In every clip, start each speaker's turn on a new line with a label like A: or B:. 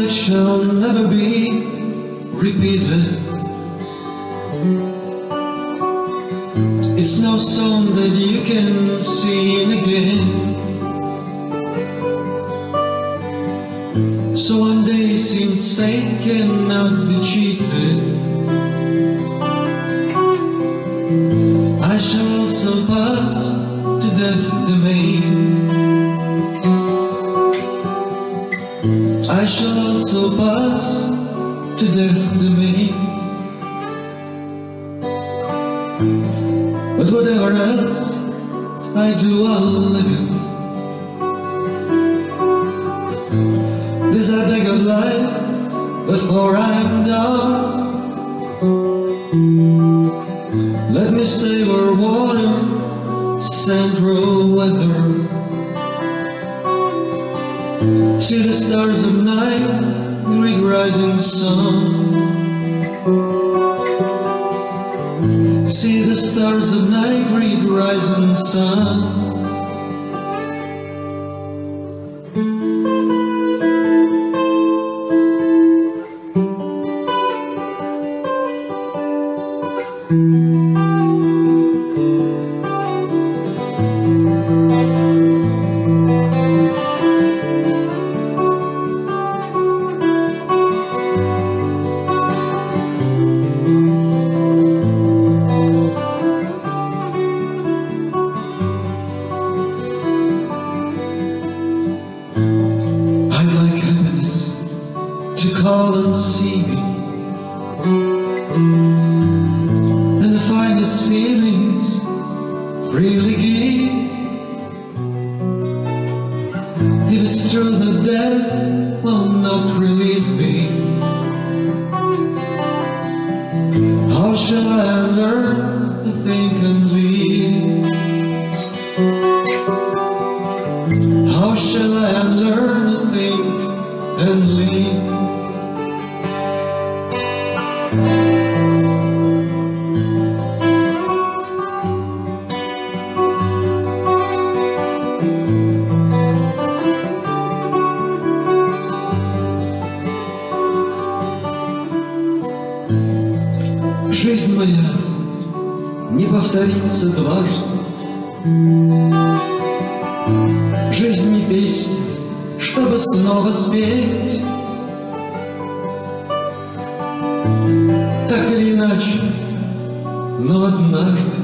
A: life shall never be repeated. It's no song that you can sing again. So one day, since fate cannot be cheated, I shall also pass to death's domain. I shall also pass to death's domain. But whatever else I do, I'll live in. This I beg of life before I'm done. Let me savor water, central weather. See the stars of night, greet rising sun. See the stars of night, greet rising sun. Call and see me, and the finest feelings freely give. If it's true that death will not release me, how shall I learn to think and live? How shall I learn to think and live? Жизнь моя не повторится дважды. Жизнь не песня, чтобы снова спеть. Так или иначе, но однажды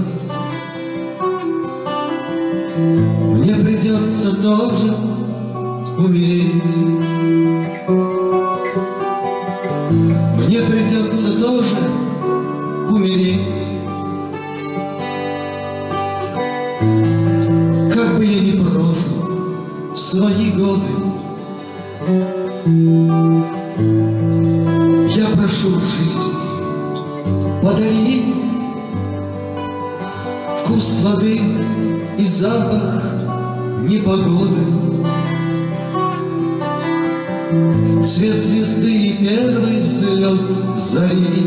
A: мне придется тоже умереть. Мне придется тоже умереть. Как бы я ни прожил свои годы, я прошу жизни, подари вкус воды и запах непогоды, цвет звезды и первый взлет зари.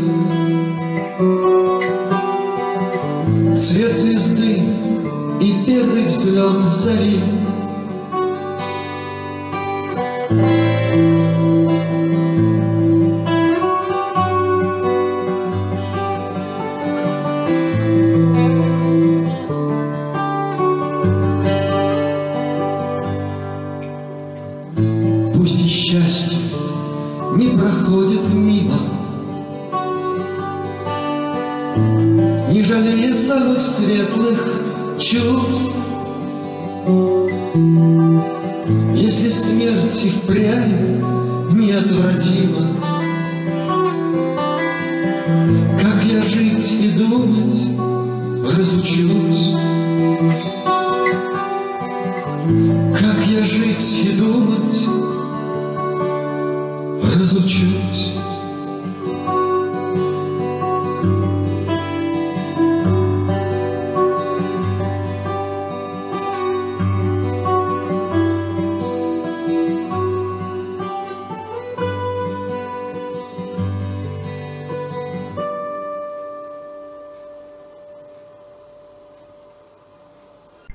A: Цвет звезды и первый взлет зари. Пусть и счастье не проходит мимо, не жалея самых светлых чувств. Если смерть и впрямь неотвратима, как я жить и думать разучусь, как я жить и думать разучусь.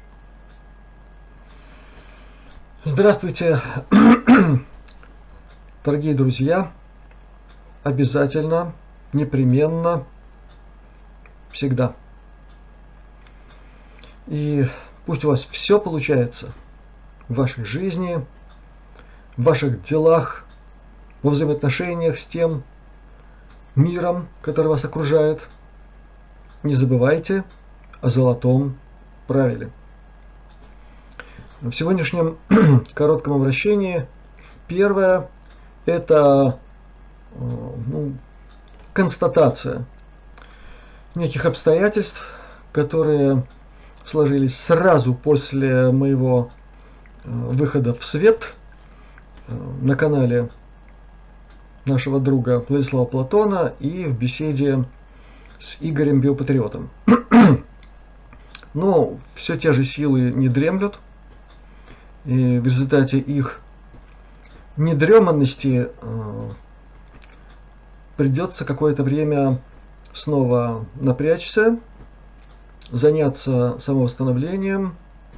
B: Здравствуйте, Дорогие друзья, обязательно, непременно, всегда. И пусть у вас все получается в вашей жизни, в ваших делах, во взаимоотношениях с тем миром, который вас окружает. Не забывайте о золотом правиле. В сегодняшнем коротком обращении первое – это констатация неких обстоятельств, которые сложились сразу после моего выхода в свет на канале нашего друга Владислава Платона и в беседе с Игорем Биопатриотом. Но все те же силы не дремлют, и в результате их недреманности придется какое-то время снова напрячься, заняться самовосстановлением,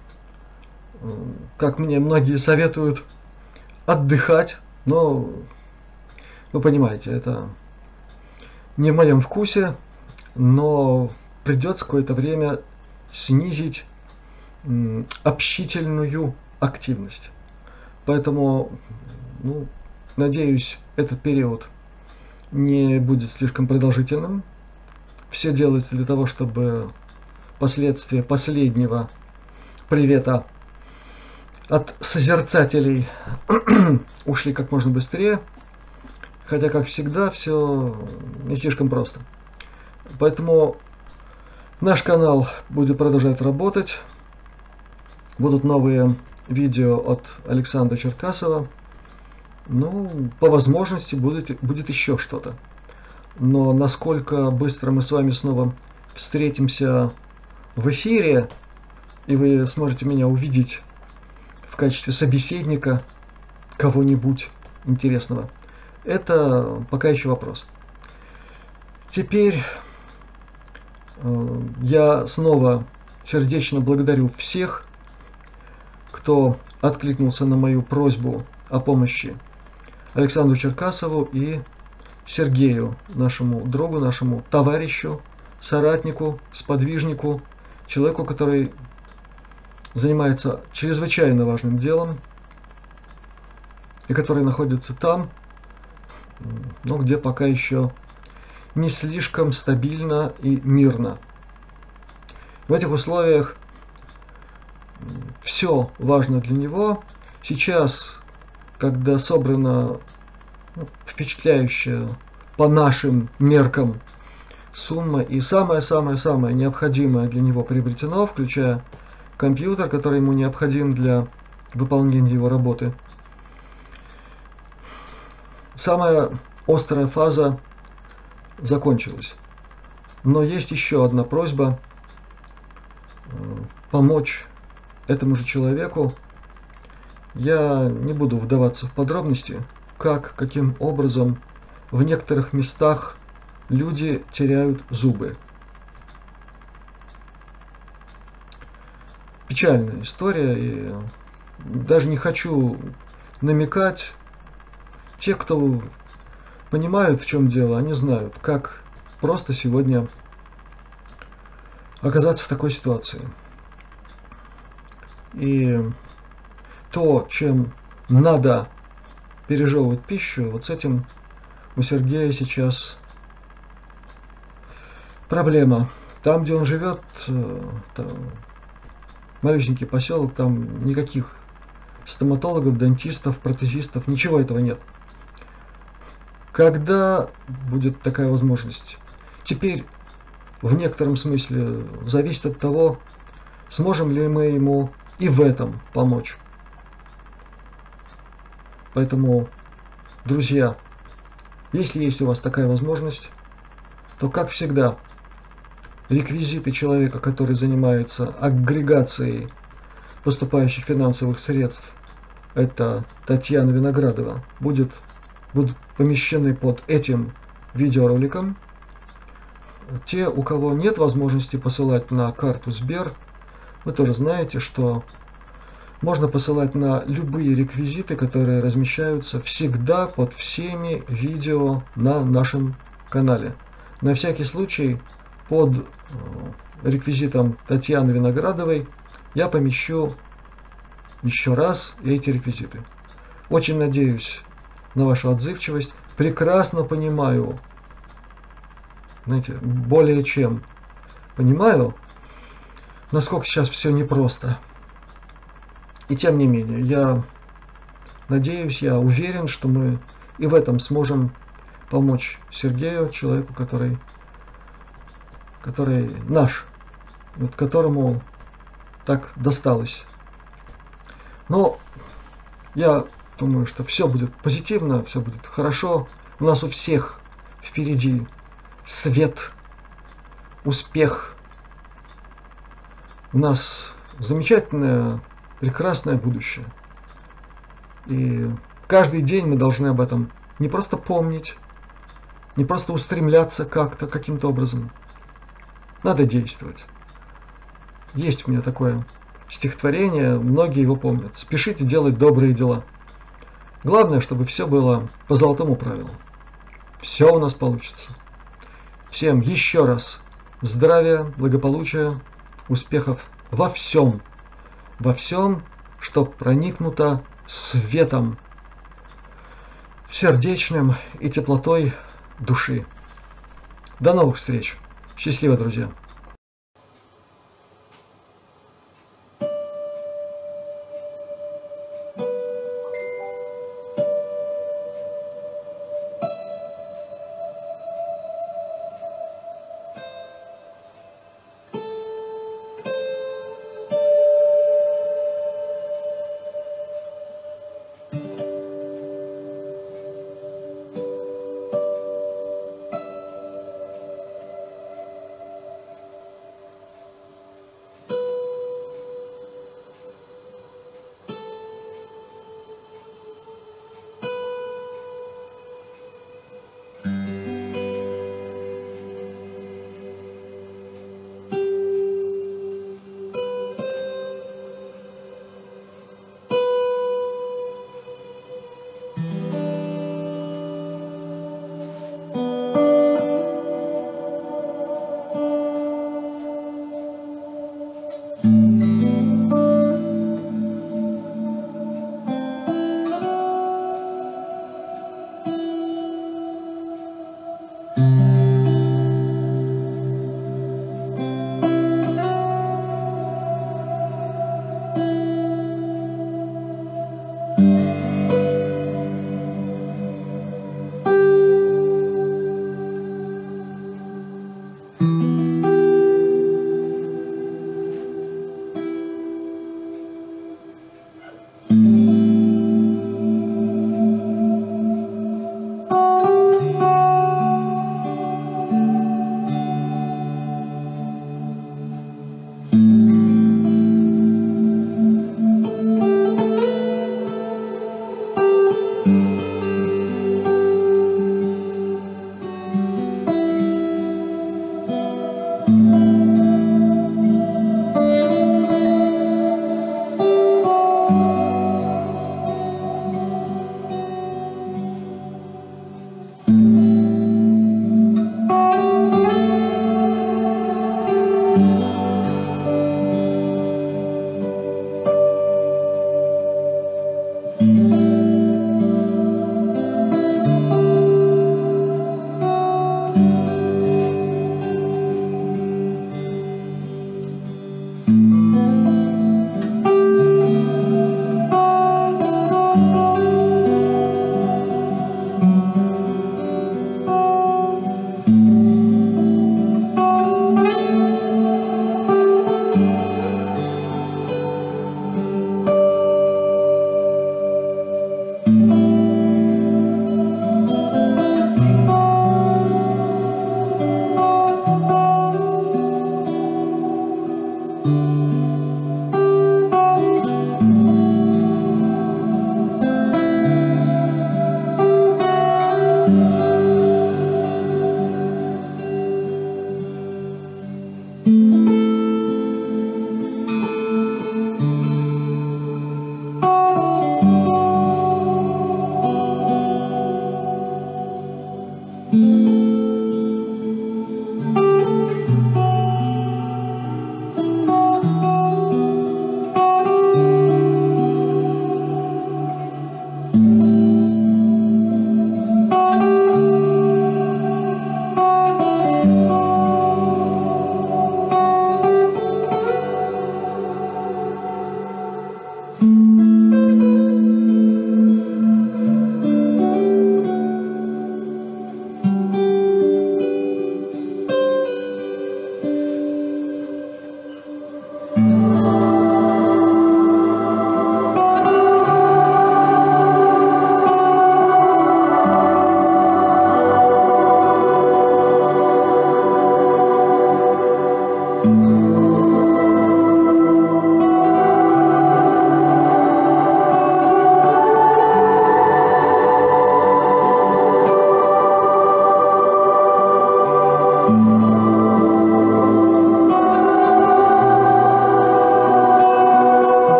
B: как мне многие советуют, отдыхать, но вы понимаете, это не в моем вкусе, но придется какое-то время снизить общительную активность. Поэтому, надеюсь, этот период не будет слишком продолжительным. Все делается для того, чтобы последствия последнего привета от созерцателей ушли как можно быстрее. Хотя, как всегда, все не слишком просто. Поэтому наш канал будет продолжать работать. Будут новые видео от Александра Черкасова. По возможности будет еще что-то. Но насколько быстро мы с вами снова встретимся в эфире, и вы сможете меня увидеть в качестве собеседника кого-нибудь интересного, это пока еще вопрос. Теперь я снова сердечно благодарю всех, кто откликнулся на мою просьбу о помощи Александру Черкасову и Сергею, нашему другу, нашему товарищу, соратнику, сподвижнику, человеку, который занимается чрезвычайно важным делом и который находится там, где пока еще не слишком стабильно и мирно. В этих условиях все важно для него. Сейчас, когда собрана впечатляющая по нашим меркам сумма и самое-самое-самое необходимое для него приобретено, включая компьютер, который ему необходим для выполнения его работы. Самая острая фаза закончилась. Но есть еще одна просьба помочь этому же человеку. Я не буду вдаваться в подробности, каким образом в некоторых местах люди теряют зубы. Печальная история, и даже не хочу намекать. Те, кто понимают, в чем дело, они знают, как просто сегодня оказаться в такой ситуации. И то, чем надо пережевывать пищу, вот с этим у Сергея сейчас проблема. Там, где он живет, малюсенький поселок, там никаких стоматологов, дантистов, протезистов, ничего этого нет. Когда будет такая возможность? Теперь в некотором смысле зависит от того, сможем ли мы ему и в этом помочь. Поэтому, друзья, если есть у вас такая возможность, то, как всегда, реквизиты человека, который занимается агрегацией поступающих финансовых средств, это Татьяна Виноградова, будут помещены под этим видеороликом. Те, у кого нет возможности посылать на карту Сбер, вы тоже знаете, что можно посылать на любые реквизиты, которые размещаются всегда под всеми видео на нашем канале. На всякий случай под реквизитом Татьяны Виноградовой я помещу еще раз эти реквизиты. Очень надеюсь на вашу отзывчивость. Прекрасно понимаю, знаете, более чем понимаю, насколько сейчас все непросто. И тем не менее, я надеюсь, я уверен, что мы и в этом сможем помочь Сергею, человеку, который наш, вот которому так досталось. Но я думаю, что все будет позитивно, все будет хорошо. У нас у всех впереди свет, успех. У нас замечательное, прекрасное будущее. И каждый день мы должны об этом не просто помнить, не просто устремляться как-то, каким-то образом. Надо действовать. Есть у меня такое стихотворение, многие его помнят. Спешите делать добрые дела. Главное, чтобы все было по золотому правилу. Все у нас получится. Всем еще раз здравия, благополучия, успехов во всем, что проникнуто светом, сердечным и теплотой души. До новых встреч. Счастливо, друзья.
A: you.